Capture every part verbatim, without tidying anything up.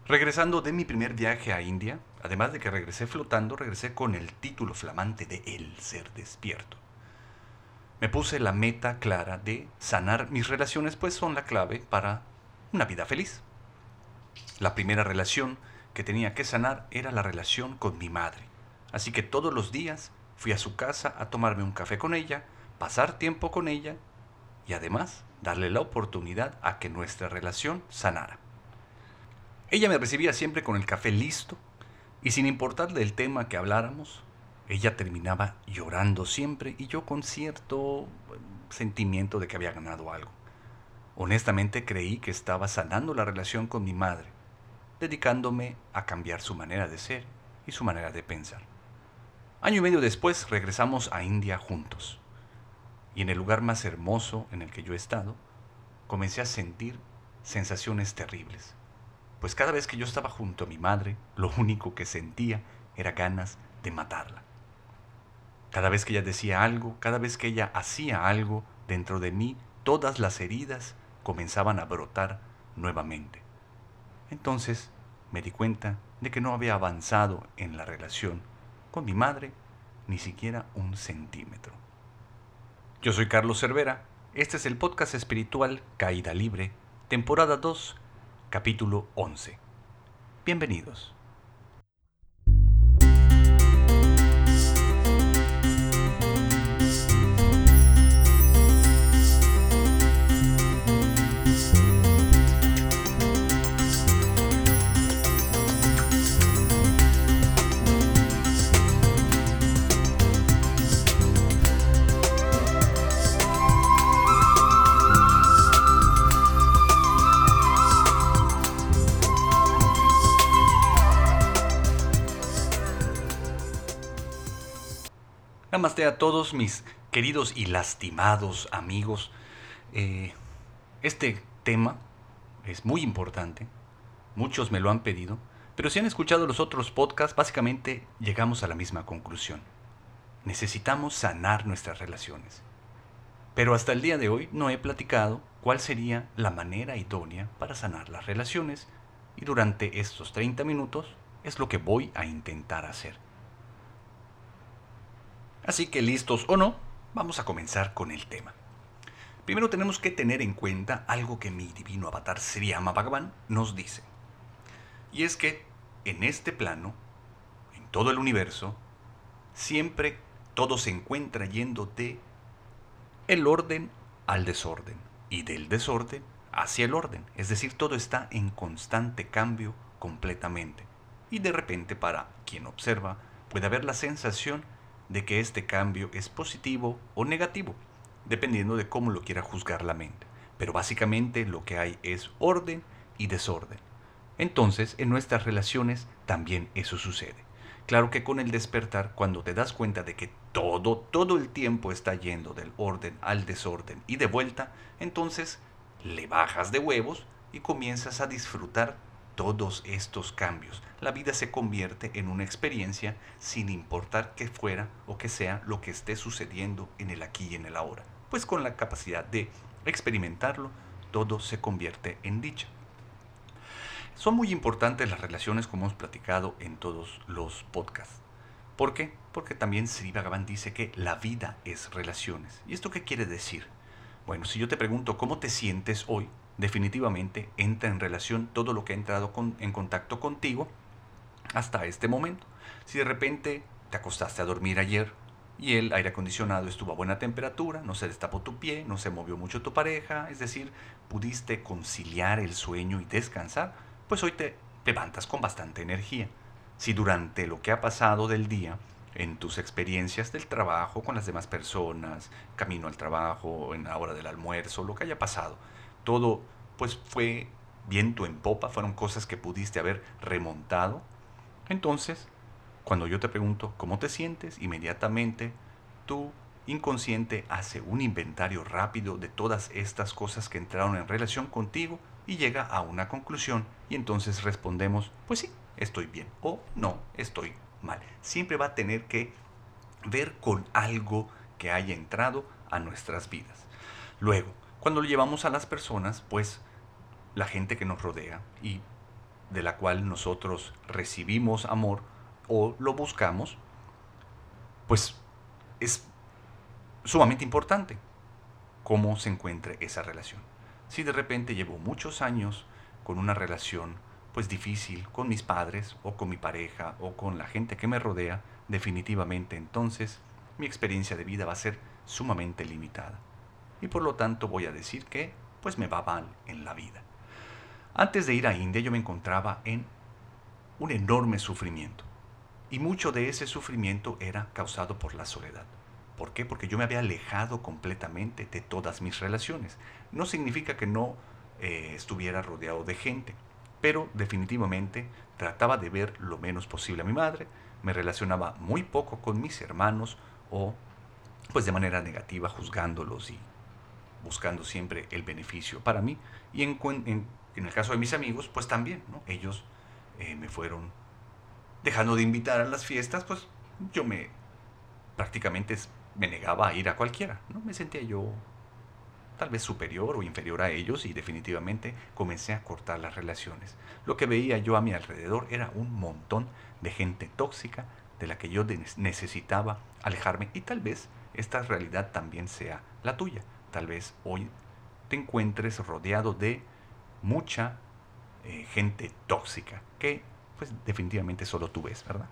Regresando de mi primer viaje a India, además de que regresé flotando, regresé con el título flamante de El Ser Despierto. Me puse la meta clara de sanar mis relaciones, pues son la clave para una vida feliz. La primera relación que tenía que sanar era la relación con mi madre. Así que todos los días fui a su casa a tomarme un café con ella, pasar tiempo con ella y además darle la oportunidad a que nuestra relación sanara. Ella me recibía siempre con el café listo y sin importarle el tema que habláramos, ella terminaba llorando siempre y yo con cierto sentimiento de que había ganado algo. Honestamente creí que estaba sanando la relación con mi madre, dedicándome a cambiar su manera de ser y su manera de pensar. Año y medio después regresamos a India juntos. Y en el lugar más hermoso en el que yo he estado, comencé a sentir sensaciones terribles. Pues cada vez que yo estaba junto a mi madre, lo único que sentía era ganas de matarla. Cada vez que ella decía algo, cada vez que ella hacía algo, dentro de mí todas las heridas comenzaban a brotar nuevamente. Entonces me di cuenta de que no había avanzado en la relación con mi madre ni siquiera un centímetro. Yo soy Carlos Cervera, este es el podcast espiritual Caída Libre, temporada dos, capítulo once. Bienvenidos. Namaste a todos mis queridos y lastimados amigos. Eh, este tema es muy importante, muchos me lo han pedido, pero si han escuchado los otros podcasts, básicamente llegamos a la misma conclusión. Necesitamos sanar nuestras relaciones. Pero hasta el día de hoy no he platicado cuál sería la manera idónea para sanar las relaciones y durante estos treinta minutos es lo que voy a intentar hacer. Así que listos o no, vamos a comenzar con el tema. Primero tenemos que tener en cuenta algo que mi divino avatar Sri Ama Bhagavan nos dice. Y es que en este plano, en todo el universo, siempre todo se encuentra yendo de el orden al desorden y del desorden hacia el orden. Es decir, todo está en constante cambio completamente. Y de repente, para quien observa, puede haber la sensación de que este cambio es positivo o negativo, dependiendo de cómo lo quiera juzgar la mente. Pero básicamente lo que hay es orden y desorden. Entonces, en nuestras relaciones también eso sucede. Claro que con el despertar, cuando te das cuenta de que todo, todo el tiempo está yendo del orden al desorden y de vuelta, entonces le bajas de huevos y comienzas a disfrutar todos estos cambios. La vida se convierte en una experiencia sin importar qué fuera o qué sea lo que esté sucediendo en el aquí y en el ahora. Pues con la capacidad de experimentarlo, todo se convierte en dicha. Son muy importantes las relaciones, como hemos platicado en todos los podcasts. ¿Por qué? Porque también Sri Bhagavan dice que la vida es relaciones. ¿Y esto qué quiere decir? Bueno, si yo te pregunto cómo te sientes hoy, definitivamente entra en relación todo lo que ha entrado con, en contacto contigo hasta este momento. Si de repente te acostaste a dormir ayer y el aire acondicionado estuvo a buena temperatura, no se destapó tu pie, no se movió mucho tu pareja, es decir, pudiste conciliar el sueño y descansar, pues hoy te levantas con bastante energía. Si durante lo que ha pasado del día, en tus experiencias del trabajo con las demás personas, camino al trabajo, en la hora del almuerzo, lo que haya pasado, todo pues fue viento en popa, fueron cosas que pudiste haber remontado, entonces, cuando yo te pregunto cómo te sientes, inmediatamente tu inconsciente hace un inventario rápido de todas estas cosas que entraron en relación contigo y llega a una conclusión y entonces respondemos, pues sí, estoy bien o no, estoy mal. Siempre va a tener que ver con algo que haya entrado a nuestras vidas. Luego, cuando lo llevamos a las personas, pues la gente que nos rodea y de la cual nosotros recibimos amor o lo buscamos, pues es sumamente importante cómo se encuentre esa relación. Si de repente llevo muchos años con una relación pues difícil con mis padres o con mi pareja o con la gente que me rodea, definitivamente entonces mi experiencia de vida va a ser sumamente limitada. Y por lo tanto voy a decir que pues me va mal en la vida. Antes de ir a India yo me encontraba en un enorme sufrimiento. Y mucho de ese sufrimiento era causado por la soledad. ¿Por qué? Porque yo me había alejado completamente de todas mis relaciones. No significa que no eh, estuviera rodeado de gente, pero definitivamente trataba de ver lo menos posible a mi madre, me relacionaba muy poco con mis hermanos o pues de manera negativa juzgándolos y buscando siempre el beneficio para mí. Y en, en, en el caso de mis amigos, pues también, ¿no? Ellos eh, me fueron dejando de invitar a las fiestas, pues yo me prácticamente me negaba a ir a cualquiera, ¿no? Me sentía yo tal vez superior o inferior a ellos y definitivamente comencé a cortar las relaciones. Lo que veía yo a mi alrededor era un montón de gente tóxica de la que yo necesitaba alejarme y tal vez esta realidad también sea la tuya. Tal vez hoy te encuentres rodeado de mucha eh, gente tóxica que pues definitivamente solo tú ves, ¿verdad?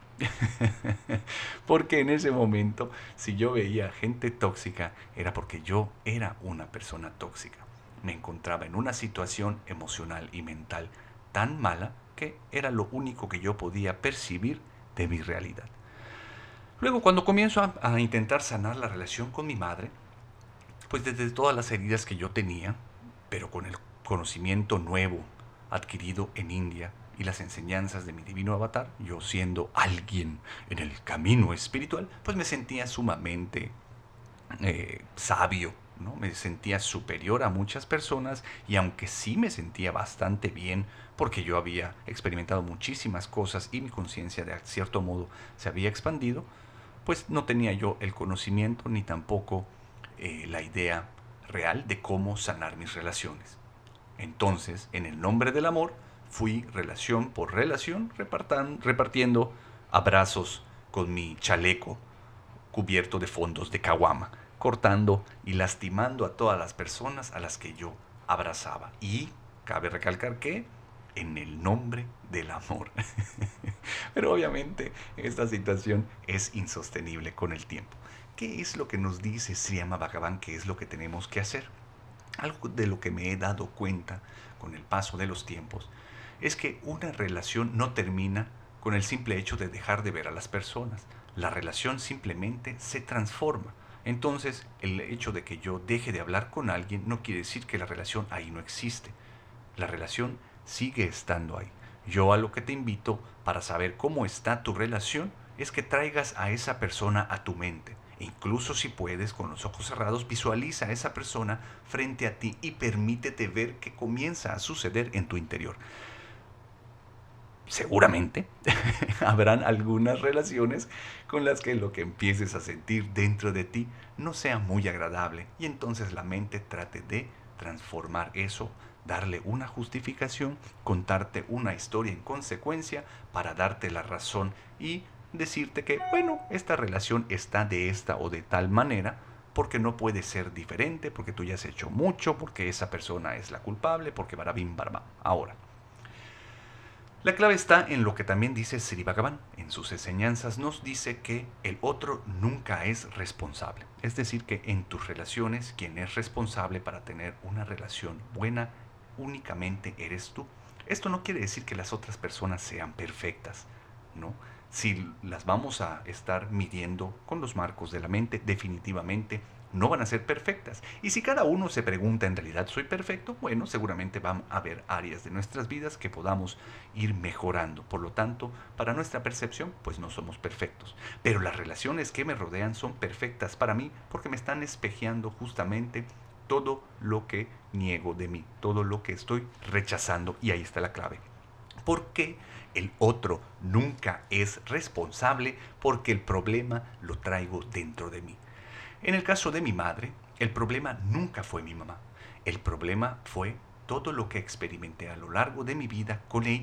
Porque en ese momento, si yo veía gente tóxica, era porque yo era una persona tóxica. Me encontraba en una situación emocional y mental tan mala que era lo único que yo podía percibir de mi realidad. Luego, cuando comienzo a, a intentar sanar la relación con mi madre, pues desde todas las heridas que yo tenía, pero con el conocimiento nuevo adquirido en India, y las enseñanzas de mi divino avatar, yo siendo alguien en el camino espiritual, pues me sentía sumamente eh, sabio, ¿no? Me sentía superior a muchas personas y aunque sí me sentía bastante bien porque yo había experimentado muchísimas cosas y mi conciencia de cierto modo se había expandido, pues no tenía yo el conocimiento ni tampoco eh, la idea real de cómo sanar mis relaciones. Entonces, en el nombre del amor, fui relación por relación repartiendo abrazos con mi chaleco cubierto de fondos de caguama, cortando y lastimando a todas las personas a las que yo abrazaba. Y cabe recalcar que en el nombre del amor. Pero obviamente esta situación es insostenible con el tiempo. ¿Qué es lo que nos dice Sriyama Bhagavan? ¿Qué es lo que tenemos que hacer? Algo de lo que me he dado cuenta con el paso de los tiempos es que una relación no termina con el simple hecho de dejar de ver a las personas. La relación simplemente se transforma. Entonces, el hecho de que yo deje de hablar con alguien no quiere decir que la relación ahí no existe. La relación sigue estando ahí. Yo a lo que te invito para saber cómo está tu relación es que traigas a esa persona a tu mente. E incluso si puedes, con los ojos cerrados, visualiza a esa persona frente a ti y permítete ver qué comienza a suceder en tu interior. Seguramente habrán algunas relaciones con las que lo que empieces a sentir dentro de ti no sea muy agradable y entonces la mente trate de transformar eso, darle una justificación, contarte una historia en consecuencia para darte la razón y decirte que, bueno, esta relación está de esta o de tal manera porque no puede ser diferente, porque tú ya has hecho mucho, porque esa persona es la culpable, porque barabim barabam. Ahora, la clave está en lo que también dice Sri Bhagavan. En sus enseñanzas nos dice que el otro nunca es responsable. Es decir, que en tus relaciones quien es responsable para tener una relación buena únicamente eres tú. Esto no quiere decir que las otras personas sean perfectas, ¿no? Si las vamos a estar midiendo con los marcos de la mente, definitivamente no van a ser perfectas. Y si cada uno se pregunta, ¿en realidad soy perfecto? Bueno, seguramente van a haber áreas de nuestras vidas que podamos ir mejorando. Por lo tanto, para nuestra percepción, pues no somos perfectos. Pero las relaciones que me rodean son perfectas para mí porque me están espejeando justamente todo lo que niego de mí, todo lo que estoy rechazando. Y ahí está la clave. ¿Por qué el otro nunca es responsable? Porque el problema lo traigo dentro de mí. En el caso de mi madre, el problema nunca fue mi mamá. El problema fue todo lo que experimenté a lo largo de mi vida con ella.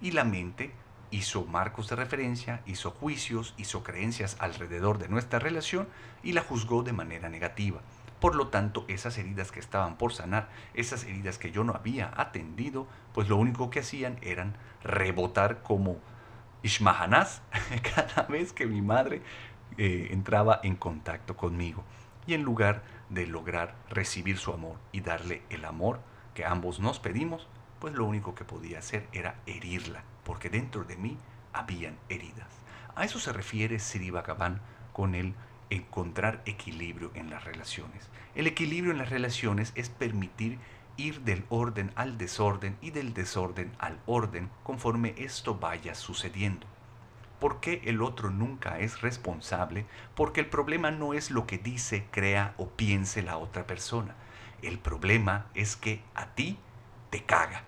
y la mente hizo marcos de referencia, hizo juicios, hizo creencias alrededor de nuestra relación y la juzgó de manera negativa. Por lo tanto, esas heridas que estaban por sanar, esas heridas que yo no había atendido, pues lo único que hacían eran rebotar como Ishmahanás cada vez que mi madre eh, entraba en contacto conmigo. Y en lugar de lograr recibir su amor y darle el amor que ambos nos pedimos, pues lo único que podía hacer era herirla, porque dentro de mí habían heridas. A eso se refiere Sri Bhagavan con el encontrar equilibrio en las relaciones. El equilibrio en las relaciones es permitir ir del orden al desorden y del desorden al orden conforme esto vaya sucediendo. ¿Por qué el otro nunca es responsable? Porque el problema no es lo que dice, crea o piense la otra persona. El problema es que a ti te caga.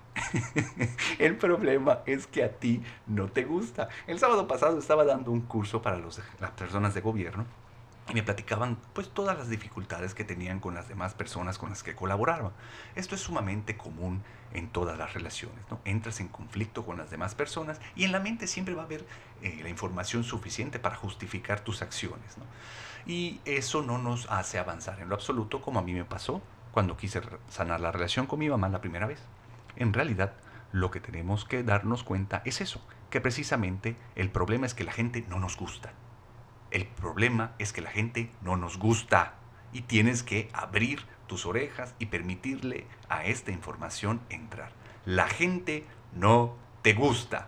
El problema es que a ti no te gusta. El sábado pasado estaba dando un curso para los, las personas de gobierno y me platicaban pues todas las dificultades que tenían con las demás personas con las que colaboraban. Esto es sumamente común en todas las relaciones, ¿no? Entras en conflicto con las demás personas y en la mente siempre va a haber eh, la información suficiente para justificar tus acciones, ¿no? Y eso no nos hace avanzar en lo absoluto, como a mí me pasó cuando quise sanar la relación con mi mamá la primera vez. En realidad, lo que tenemos que darnos cuenta es eso, que precisamente el problema es que la gente no nos gusta. El problema es que la gente no nos gusta y tienes que abrir tus orejas y permitirle a esta información entrar. La gente no te gusta.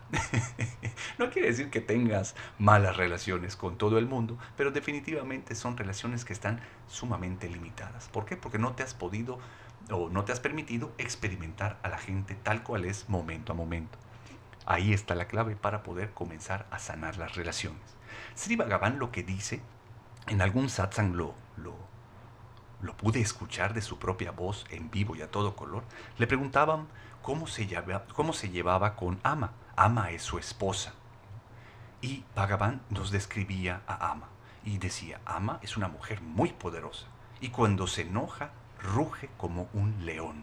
No quiere decir que tengas malas relaciones con todo el mundo, pero definitivamente son relaciones que están sumamente limitadas. ¿Por qué? Porque no te has podido o no te has permitido experimentar a la gente tal cual es momento a momento. Ahí está la clave para poder comenzar a sanar las relaciones. Sri Bhagavan lo que dice, en algún satsang lo, lo, lo pude escuchar de su propia voz en vivo y a todo color, le preguntaban cómo se llevaba, cómo se llevaba con Ama. Ama es su esposa. Y Bhagavan nos describía a Ama y decía, Ama es una mujer muy poderosa y cuando se enoja, ruge como un león.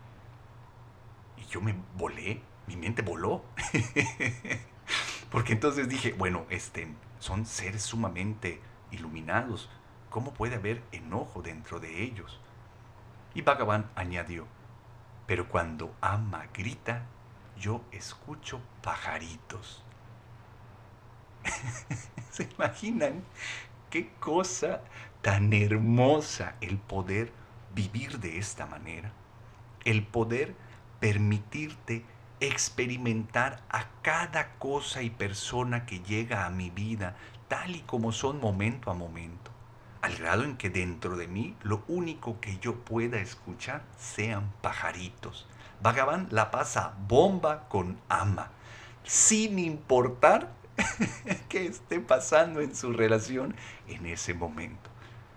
Y yo me volé, mi mente voló. Porque entonces dije, bueno, este, son seres sumamente iluminados. ¿Cómo puede haber enojo dentro de ellos? Y Bhagavan añadió, pero cuando Ama grita, yo escucho pajaritos. ¿Se imaginan qué cosa tan hermosa el poder vivir de esta manera? El poder permitirte experimentar a cada cosa y persona que llega a mi vida tal y como son momento a momento, al grado en que dentro de mí lo único que yo pueda escuchar sean pajaritos. Bhagavan la pasa bomba con Ama, sin importar qué esté pasando en su relación en ese momento.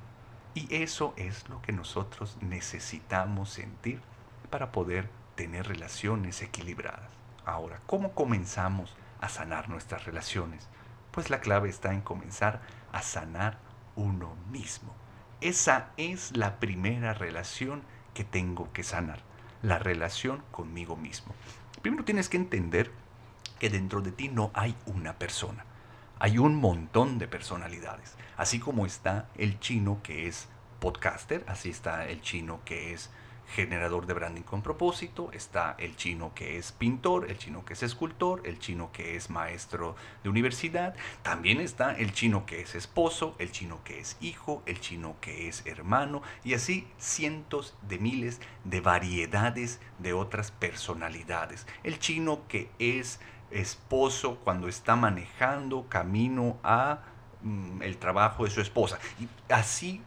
Y eso es lo que nosotros necesitamos sentir para poder tener relaciones equilibradas. Ahora, ¿cómo comenzamos a sanar nuestras relaciones? Pues la clave está en comenzar a sanar uno mismo. Esa es la primera relación que tengo que sanar, la relación conmigo mismo. Primero tienes que entender que dentro de ti no hay una persona, hay un montón de personalidades. Así como está el chino que es podcaster, así está el chino que es generador de branding con propósito, está el chino que es pintor, el chino que es escultor, el chino que es maestro de universidad, también está el chino que es esposo, el chino que es hijo, el chino que es hermano, y así cientos de miles de variedades de otras personalidades. El chino que es esposo cuando está manejando camino a mm, el trabajo de su esposa, y así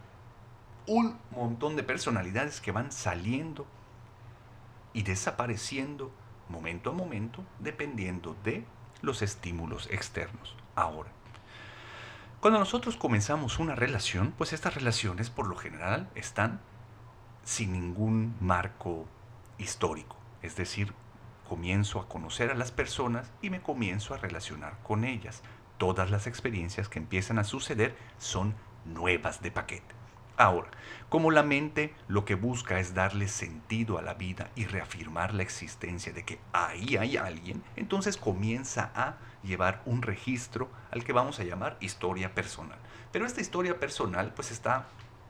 un montón de personalidades que van saliendo y desapareciendo momento a momento dependiendo de los estímulos externos. Ahora, cuando nosotros comenzamos una relación, pues estas relaciones por lo general están sin ningún marco histórico. Es decir, comienzo a conocer a las personas y me comienzo a relacionar con ellas. Todas las experiencias que empiezan a suceder son nuevas de paquete. Ahora, como la mente lo que busca es darle sentido a la vida y reafirmar la existencia de que ahí hay alguien, entonces comienza a llevar un registro al que vamos a llamar historia personal. Pero esta historia personal pues está,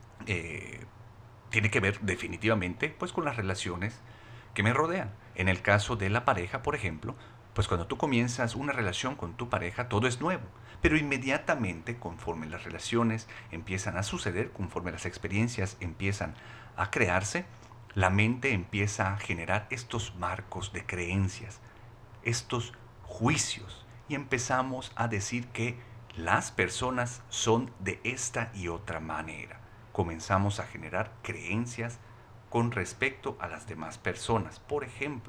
eh, tiene que ver definitivamente pues con las relaciones que me rodean. En el caso de la pareja, por ejemplo, pues cuando tú comienzas una relación con tu pareja, todo es nuevo. Pero inmediatamente, conforme las relaciones empiezan a suceder, conforme las experiencias empiezan a crearse, la mente empieza a generar estos marcos de creencias, estos juicios, y empezamos a decir que las personas son de esta y otra manera. Comenzamos a generar creencias con respecto a las demás personas. Por ejemplo,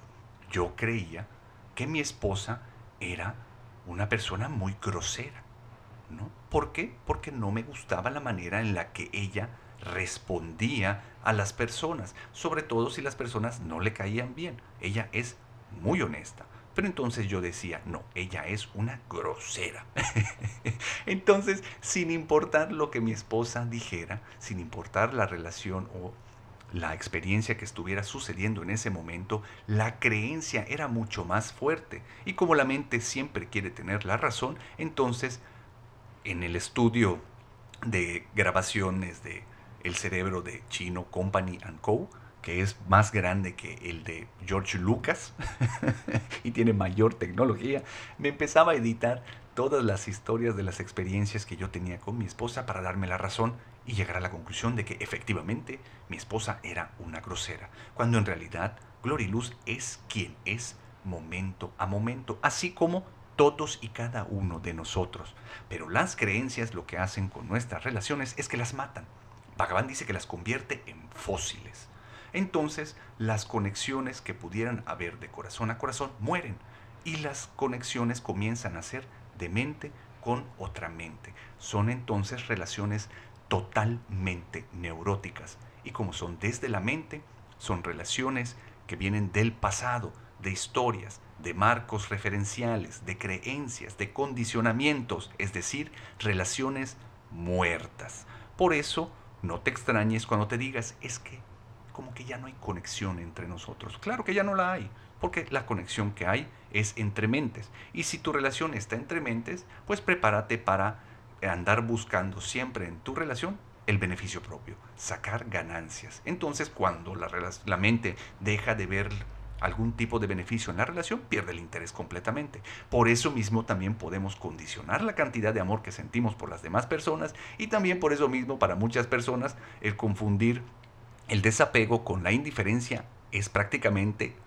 yo creía que mi esposa era una persona muy grosera, ¿no? ¿Por qué? Porque no me gustaba la manera en la que ella respondía a las personas, sobre todo si las personas no le caían bien. Ella es muy honesta. Pero entonces yo decía, no, ella es una grosera. Entonces, sin importar lo que mi esposa dijera, sin importar la relación o la experiencia que estuviera sucediendo en ese momento, la creencia era mucho más fuerte. Y como la mente siempre quiere tener la razón, entonces en el estudio de grabaciones de el cerebro de Chino Company and Co., que es más grande que el de George Lucas y tiene mayor tecnología, me empezaba a editar todas las historias de las experiencias que yo tenía con mi esposa para darme la razón y llegar a la conclusión de que efectivamente mi esposa era una grosera, cuando en realidad Glory Luz es quien es momento a momento, así como todos y cada uno de nosotros. Pero las creencias lo que hacen con nuestras relaciones es que las matan. Bhagavan dice que las convierte en fósiles. Entonces, las conexiones que pudieran haber de corazón a corazón mueren y las conexiones comienzan a ser de mente con otra mente. Son entonces relaciones totalmente neuróticas y como son desde la mente, son relaciones que vienen del pasado, de historias, de marcos referenciales, de creencias, de condicionamientos, es decir, relaciones muertas. Por eso, no te extrañes cuando te digas, es que como que ya no hay conexión entre nosotros. Claro que ya no la hay, porque la conexión que hay es entre mentes. Y si tu relación está entre mentes, pues prepárate para andar buscando siempre en tu relación el beneficio propio, sacar ganancias. Entonces, cuando la, la mente deja de ver algún tipo de beneficio en la relación, pierde el interés completamente. Por eso mismo también podemos condicionar la cantidad de amor que sentimos por las demás personas y también por eso mismo para muchas personas el confundir el desapego con la indiferencia es prácticamente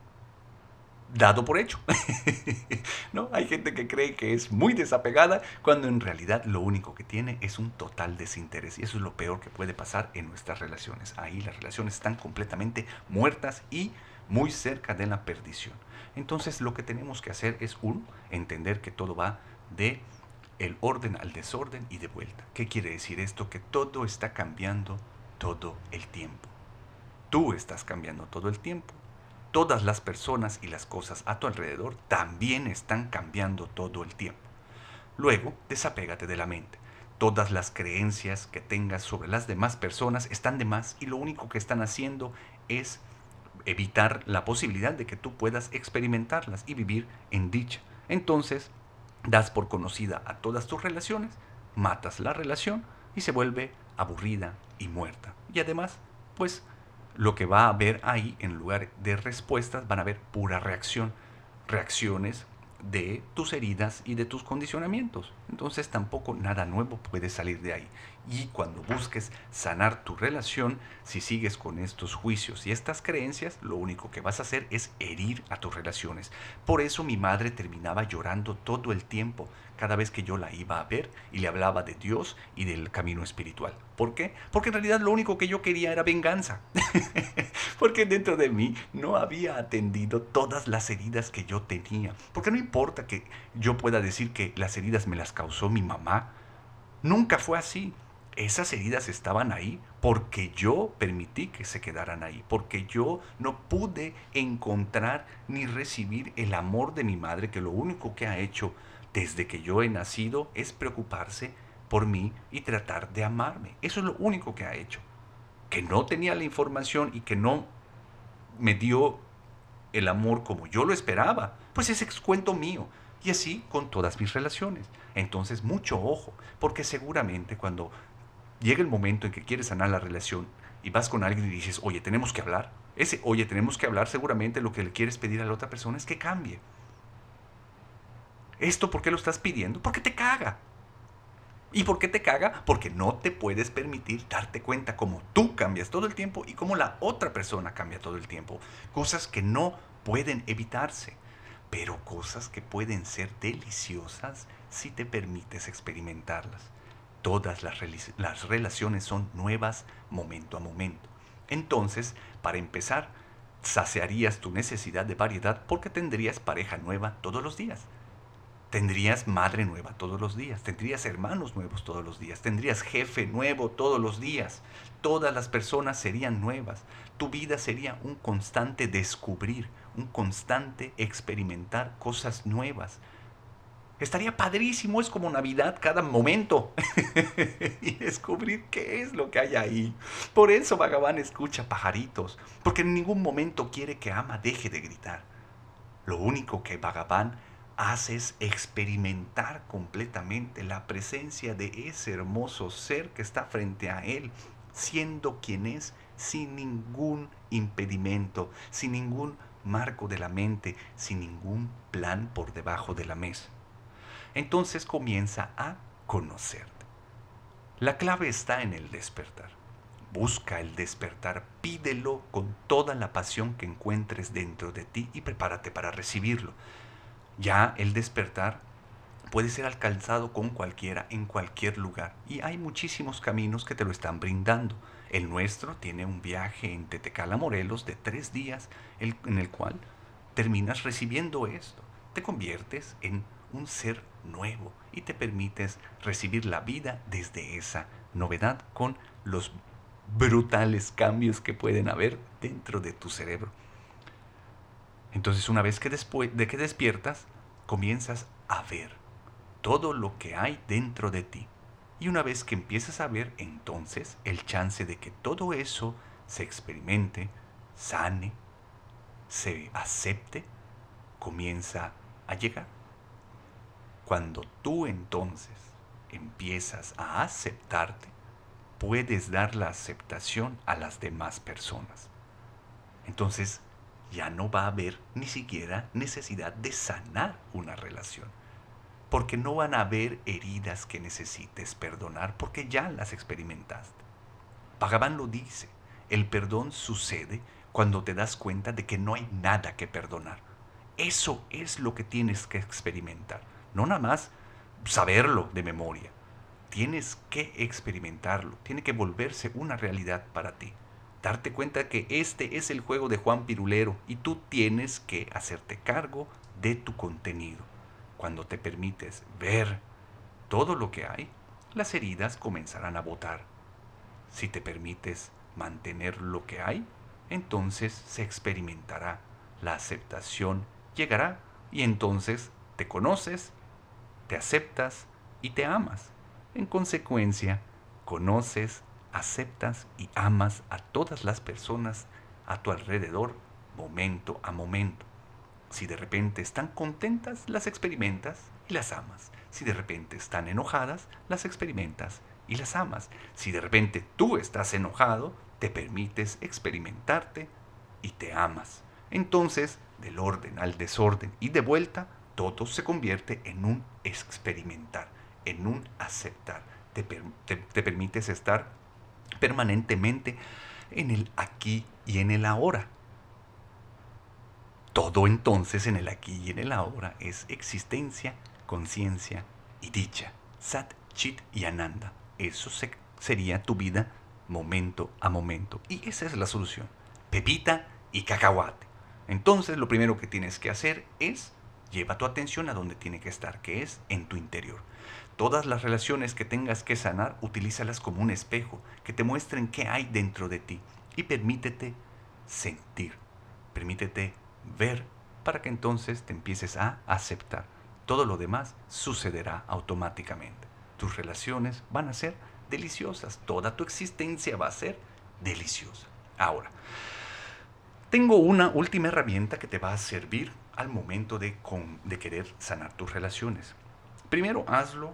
dado por hecho. ¿No? Hay gente que cree que es muy desapegada cuando en realidad lo único que tiene es un total desinterés y eso es lo peor que puede pasar en nuestras relaciones. Ahí las relaciones están completamente muertas y muy cerca de la perdición. Entonces lo que tenemos que hacer es un entender que todo va de el orden al desorden y de vuelta. ¿Qué quiere decir esto? Que todo está cambiando todo el tiempo. Tú estás cambiando todo el tiempo. Todas las personas y las cosas a tu alrededor también están cambiando todo el tiempo. Luego, desapégate de la mente. Todas las creencias que tengas sobre las demás personas están de más y lo único que están haciendo es evitar la posibilidad de que tú puedas experimentarlas y vivir en dicha. Entonces, das por conocida a todas tus relaciones, matas la relación y se vuelve aburrida y muerta. Y además, pues lo que va a haber ahí en lugar de respuestas van a haber pura reacción, reacciones de tus heridas y de tus condicionamientos. Entonces tampoco nada nuevo puede salir de ahí. Y cuando busques sanar tu relación, si sigues con estos juicios y estas creencias, lo único que vas a hacer es herir a tus relaciones. Por eso mi madre terminaba llorando todo el tiempo cada vez que yo la iba a ver y le hablaba de Dios y del camino espiritual. ¿Por qué? Porque en realidad lo único que yo quería era venganza. Porque dentro de mí no había atendido todas las heridas que yo tenía. Porque no importa que yo pueda decir que las heridas me las causó mi mamá. Nunca fue así. Esas heridas estaban ahí porque yo permití que se quedaran ahí, porque yo no pude encontrar ni recibir el amor de mi madre, que lo único que ha hecho desde que yo he nacido es preocuparse por mí y tratar de amarme. Eso es lo único que ha hecho. Que no tenía la información y que no me dio el amor como yo lo esperaba, pues ese es cuento mío. Y así con todas mis relaciones. Entonces, mucho ojo, porque seguramente cuando llega el momento en que quieres sanar la relación y vas con alguien y dices, oye, tenemos que hablar, ese, oye, tenemos que hablar, seguramente lo que le quieres pedir a la otra persona es que cambie. ¿Esto por qué lo estás pidiendo? Porque te caga. ¿Y por qué te caga? Porque no te puedes permitir darte cuenta cómo tú cambias todo el tiempo y cómo la otra persona cambia todo el tiempo. Cosas que no pueden evitarse, pero cosas que pueden ser deliciosas si te permites experimentarlas. Todas las, las relaciones son nuevas momento a momento. Entonces, para empezar, saciarías tu necesidad de variedad porque tendrías pareja nueva todos los días. Tendrías madre nueva todos los días, tendrías hermanos nuevos todos los días, tendrías jefe nuevo todos los días. Todas las personas serían nuevas. Tu vida sería un constante descubrir, un constante experimentar cosas nuevas. Estaría padrísimo, es como Navidad cada momento. Y descubrir qué es lo que hay ahí. Por eso Bhagavan escucha pajaritos, porque en ningún momento quiere que Ama deje de gritar. Lo único que Bhagavan haces experimentar completamente la presencia de ese hermoso ser que está frente a él, siendo quien es, sin ningún impedimento, sin ningún marco de la mente, sin ningún plan por debajo de la mesa. Entonces comienza a conocerte. La clave está en el despertar. Busca el despertar, pídelo con toda la pasión que encuentres dentro de ti y prepárate para recibirlo. Ya el despertar puede ser alcanzado con cualquiera, en cualquier lugar. Y hay muchísimos caminos que te lo están brindando. El nuestro tiene un viaje en Tetecala, Morelos, de tres días, en el cual terminas recibiendo esto. Te conviertes en un ser nuevo y te permites recibir la vida desde esa novedad con los brutales cambios que pueden haber dentro de tu cerebro. Entonces, una vez que después de que despiertas, comienzas a ver todo lo que hay dentro de ti. Y una vez que empiezas a ver, entonces el chance de que todo eso se experimente, sane, se acepte, comienza a llegar. Cuando tú entonces empiezas a aceptarte, puedes dar la aceptación a las demás personas. Entonces, ya no va a haber ni siquiera necesidad de sanar una relación. Porque no van a haber heridas que necesites perdonar porque ya las experimentaste. Bhagavan lo dice, el perdón sucede cuando te das cuenta de que no hay nada que perdonar. Eso es lo que tienes que experimentar. No nada más saberlo de memoria. Tienes que experimentarlo. Tiene que volverse una realidad para ti. Darte cuenta que este es el juego de Juan Pirulero y tú tienes que hacerte cargo de tu contenido. Cuando te permites ver todo lo que hay, las heridas comenzarán a botar. Si te permites mantener lo que hay, entonces se experimentará. La aceptación llegará y entonces te conoces, te aceptas y te amas. En consecuencia, conoces, aceptas y amas a todas las personas a tu alrededor momento a momento. Si de repente están contentas, las experimentas y las amas. Si de repente están enojadas, las experimentas y las amas. Si de repente tú estás enojado, te permites experimentarte y te amas. Entonces, del orden al desorden y de vuelta, todo se convierte en un experimentar, en un aceptar. Te, te, te permites estar permanentemente en el aquí y en el ahora. Todo entonces en el aquí y en el ahora es existencia, conciencia y dicha. Sat, Chit y Ananda. Eso se, sería tu vida momento a momento. Y esa es la solución. Pepita y cacahuate. Entonces lo primero que tienes que hacer es lleva tu atención a donde tiene que estar, que es en tu interior. Todas las relaciones que tengas que sanar, utilízalas como un espejo que te muestren qué hay dentro de ti y permítete sentir, permítete ver para que entonces te empieces a aceptar. Todo lo demás sucederá automáticamente. tus relaciones van a ser deliciosas. Toda tu existencia va a ser deliciosa. Ahora, tengo una última herramienta que te va a servir al momento de, con, de querer sanar tus relaciones. Primero, hazlo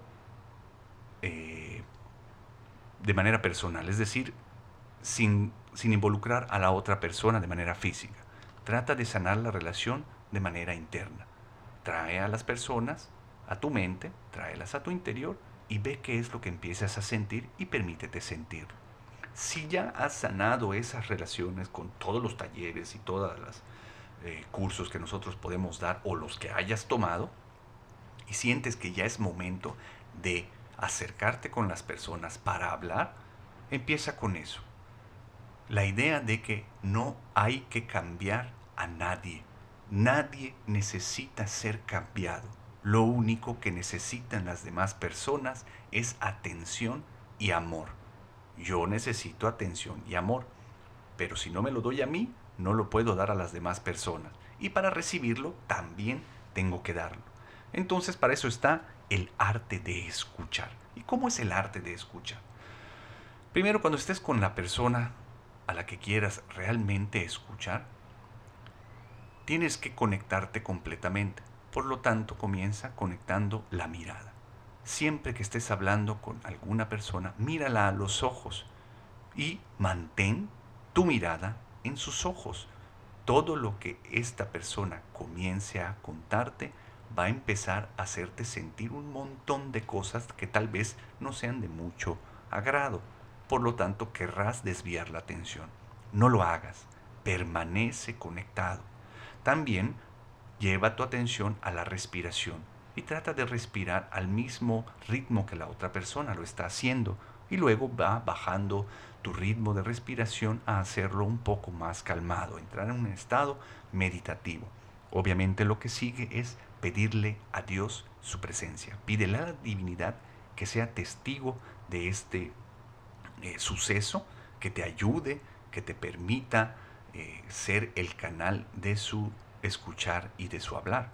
eh, de manera personal, es decir, sin, sin involucrar a la otra persona de manera física. Trata de sanar la relación de manera interna. Trae a las personas a tu mente, tráelas a tu interior y ve qué es lo que empiezas a sentir y permítete sentirlo. Si ya has sanado esas relaciones con todos los talleres y todos los eh, cursos que nosotros podemos dar o los que hayas tomado, y sientes que ya es momento de acercarte con las personas para hablar, empieza con eso. La idea de que no hay que cambiar a nadie. Nadie necesita ser cambiado. Lo único que necesitan las demás personas es atención y amor. Yo necesito atención y amor, pero si no me lo doy a mí, no lo puedo dar a las demás personas. Y para recibirlo, también tengo que darlo. Entonces, para eso está el arte de escuchar. ¿Y cómo es el arte de escuchar? Primero, cuando estés con la persona a la que quieras realmente escuchar, tienes que conectarte completamente. Por lo tanto, comienza conectando la mirada. Siempre que estés hablando con alguna persona, mírala a los ojos y mantén tu mirada en sus ojos. Todo lo que esta persona comience a contarte va a empezar a hacerte sentir un montón de cosas que tal vez no sean de mucho agrado. Por lo tanto, querrás desviar la atención. No lo hagas. Permanece conectado. También lleva tu atención a la respiración y trata de respirar al mismo ritmo que la otra persona lo está haciendo y luego va bajando tu ritmo de respiración a hacerlo un poco más calmado, entrar en un estado meditativo. Obviamente lo que sigue es pedirle a Dios su presencia. Pídele a la divinidad que sea testigo de este eh, suceso, que te ayude, que te permita eh, ser el canal de su escuchar y de su hablar.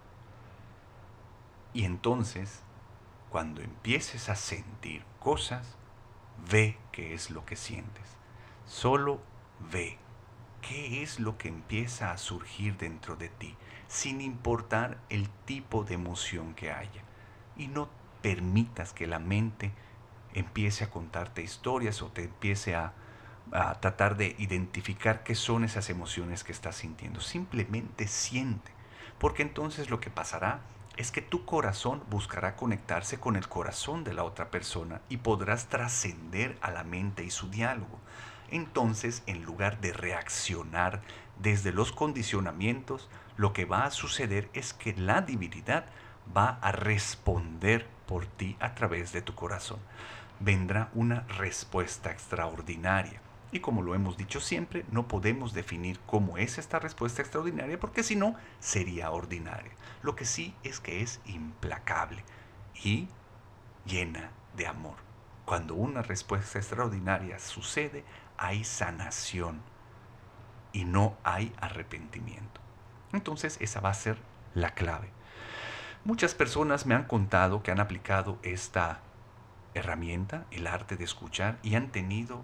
Y entonces, cuando empieces a sentir cosas, ve qué es lo que sientes. Solo ve qué es lo que empieza a surgir dentro de ti, sin importar el tipo de emoción que haya. Y no permitas que la mente empiece a contarte historias o te empiece a, a tratar de identificar qué son esas emociones que estás sintiendo. Simplemente siente, porque entonces lo que pasará es que tu corazón buscará conectarse con el corazón de la otra persona y podrás trascender a la mente y su diálogo. Entonces, en lugar de reaccionar desde los condicionamientos, lo que va a suceder es que la divinidad va a responder por ti a través de tu corazón. Vendrá una respuesta extraordinaria. Y como lo hemos dicho siempre, no podemos definir cómo es esta respuesta extraordinaria porque si no, sería ordinaria. Lo que sí es que es implacable y llena de amor. Cuando una respuesta extraordinaria sucede, hay sanación y no hay arrepentimiento. Entonces esa va a ser la clave. Muchas personas me han contado que han aplicado esta herramienta, el arte de escuchar, y han tenido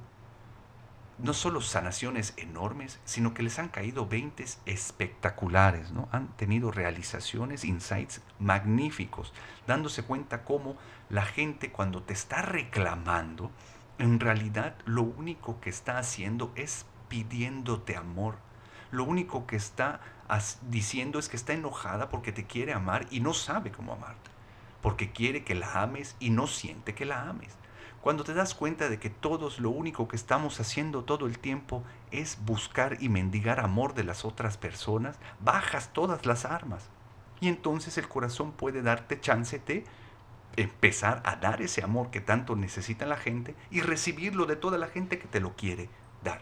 no solo sanaciones enormes, sino que les han caído veintes espectaculares, ¿no? Han tenido realizaciones, insights magníficos, dándose cuenta cómo la gente cuando te está reclamando, en realidad lo único que está haciendo es pidiéndote amor. Lo único que está diciendo es que está enojada porque te quiere amar y no sabe cómo amarte, porque quiere que la ames y no siente que la ames. Cuando te das cuenta de que todos lo único que estamos haciendo todo el tiempo es buscar y mendigar amor de las otras personas, bajas todas las armas. Y entonces el corazón puede darte chance de empezar a dar ese amor que tanto necesita la gente y recibirlo de toda la gente que te lo quiere dar.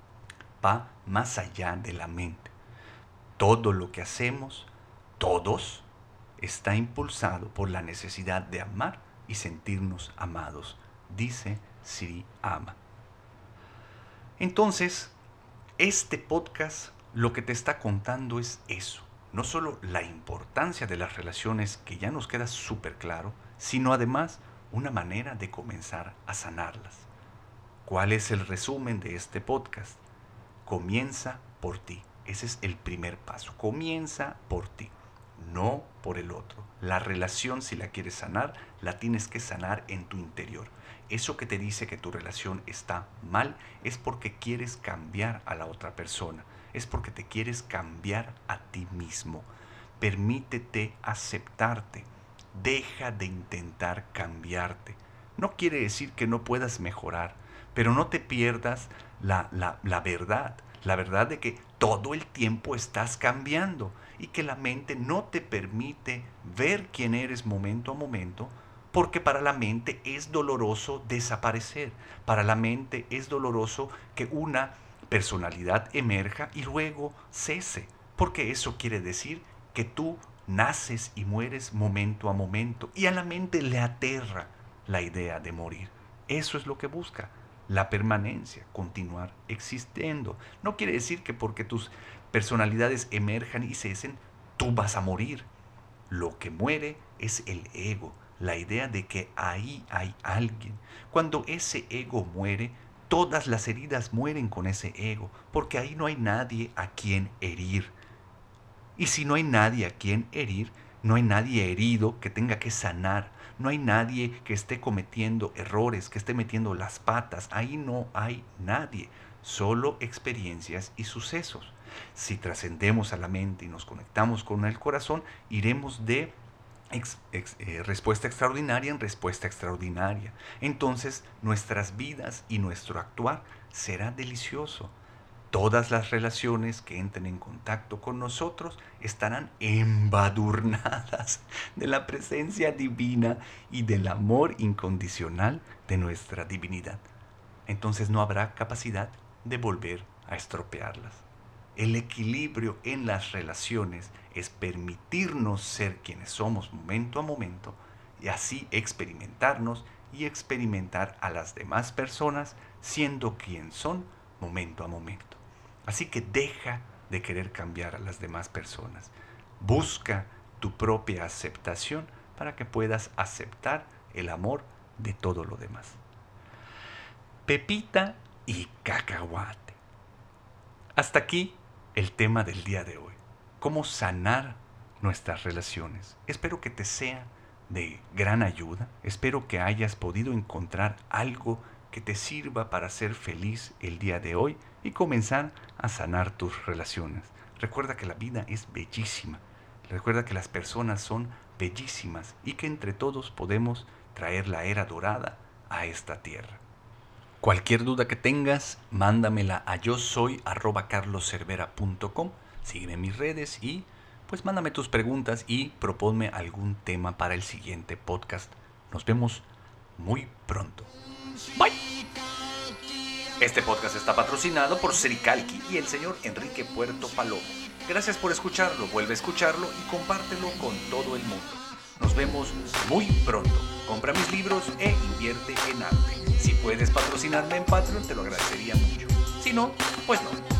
Va más allá de la mente. Todo lo que hacemos, todos, está impulsado por la necesidad de amar y sentirnos amados, dice Sri Ama. Entonces, este podcast lo que te está contando es eso. No solo la importancia de las relaciones, que ya nos queda súper claro, sino además una manera de comenzar a sanarlas. ¿Cuál es el resumen de este podcast? Comienza por ti. Ese es el primer paso. Comienza por ti, no por el otro. La relación, si la quieres sanar, la tienes que sanar en tu interior. Eso que te dice que tu relación está mal es porque quieres cambiar a la otra persona. Es porque te quieres cambiar a ti mismo. Permítete aceptarte. Deja de intentar cambiarte. No quiere decir que no puedas mejorar, pero no te pierdas la, la, la verdad. La verdad de que todo el tiempo estás cambiando y que la mente no te permite ver quién eres momento a momento, porque para la mente es doloroso desaparecer. Para la mente es doloroso que una personalidad emerja y luego cese, porque eso quiere decir que tú naces y mueres momento a momento y a la mente le aterra la idea de morir. Eso es lo que busca. La permanencia, continuar existiendo. No quiere decir que porque tus personalidades emerjan y cesen, tú vas a morir. Lo que muere es el ego, la idea de que ahí hay alguien. Cuando ese ego muere, todas las heridas mueren con ese ego, porque ahí no hay nadie a quien herir. Y si no hay nadie a quien herir, no hay nadie herido que tenga que sanar. No hay nadie que esté cometiendo errores, que esté metiendo las patas. Ahí no hay nadie. Solo experiencias y sucesos. Si trascendemos a la mente y nos conectamos con el corazón, iremos de ex, ex, eh, respuesta extraordinaria en respuesta extraordinaria. Entonces nuestras vidas y nuestro actuar será delicioso. Todas las relaciones que entren en contacto con nosotros estarán embadurnadas de la presencia divina y del amor incondicional de nuestra divinidad. Entonces no habrá capacidad de volver a estropearlas. El equilibrio en las relaciones es permitirnos ser quienes somos momento a momento y así experimentarnos y experimentar a las demás personas siendo quien son momento a momento. Así que deja de querer cambiar a las demás personas. Busca tu propia aceptación para que puedas aceptar el amor de todo lo demás. Pepita y cacahuate. Hasta aquí el tema del día de hoy. Cómo sanar nuestras relaciones. Espero que te sea de gran ayuda. Espero que hayas podido encontrar algo que te sirva para ser feliz el día de hoy y comenzar a sanar tus relaciones. Recuerda que la vida es bellísima. Recuerda que las personas son bellísimas y que entre todos podemos traer la era dorada a esta tierra. Cualquier duda que tengas, mándamela a yo soy arroba carlos cervera punto com. Sígueme en mis redes y pues mándame tus preguntas y proponme algún tema para el siguiente podcast. Nos vemos muy pronto. Bye. Este podcast está patrocinado por Sericalqui y el señor Enrique Puerto Palomo. Gracias por escucharlo, vuelve a escucharlo y compártelo con todo el mundo. Nos vemos muy pronto. Compra mis libros e invierte en arte. Si puedes patrocinarme en Patreon, te lo agradecería mucho. Si no, pues no.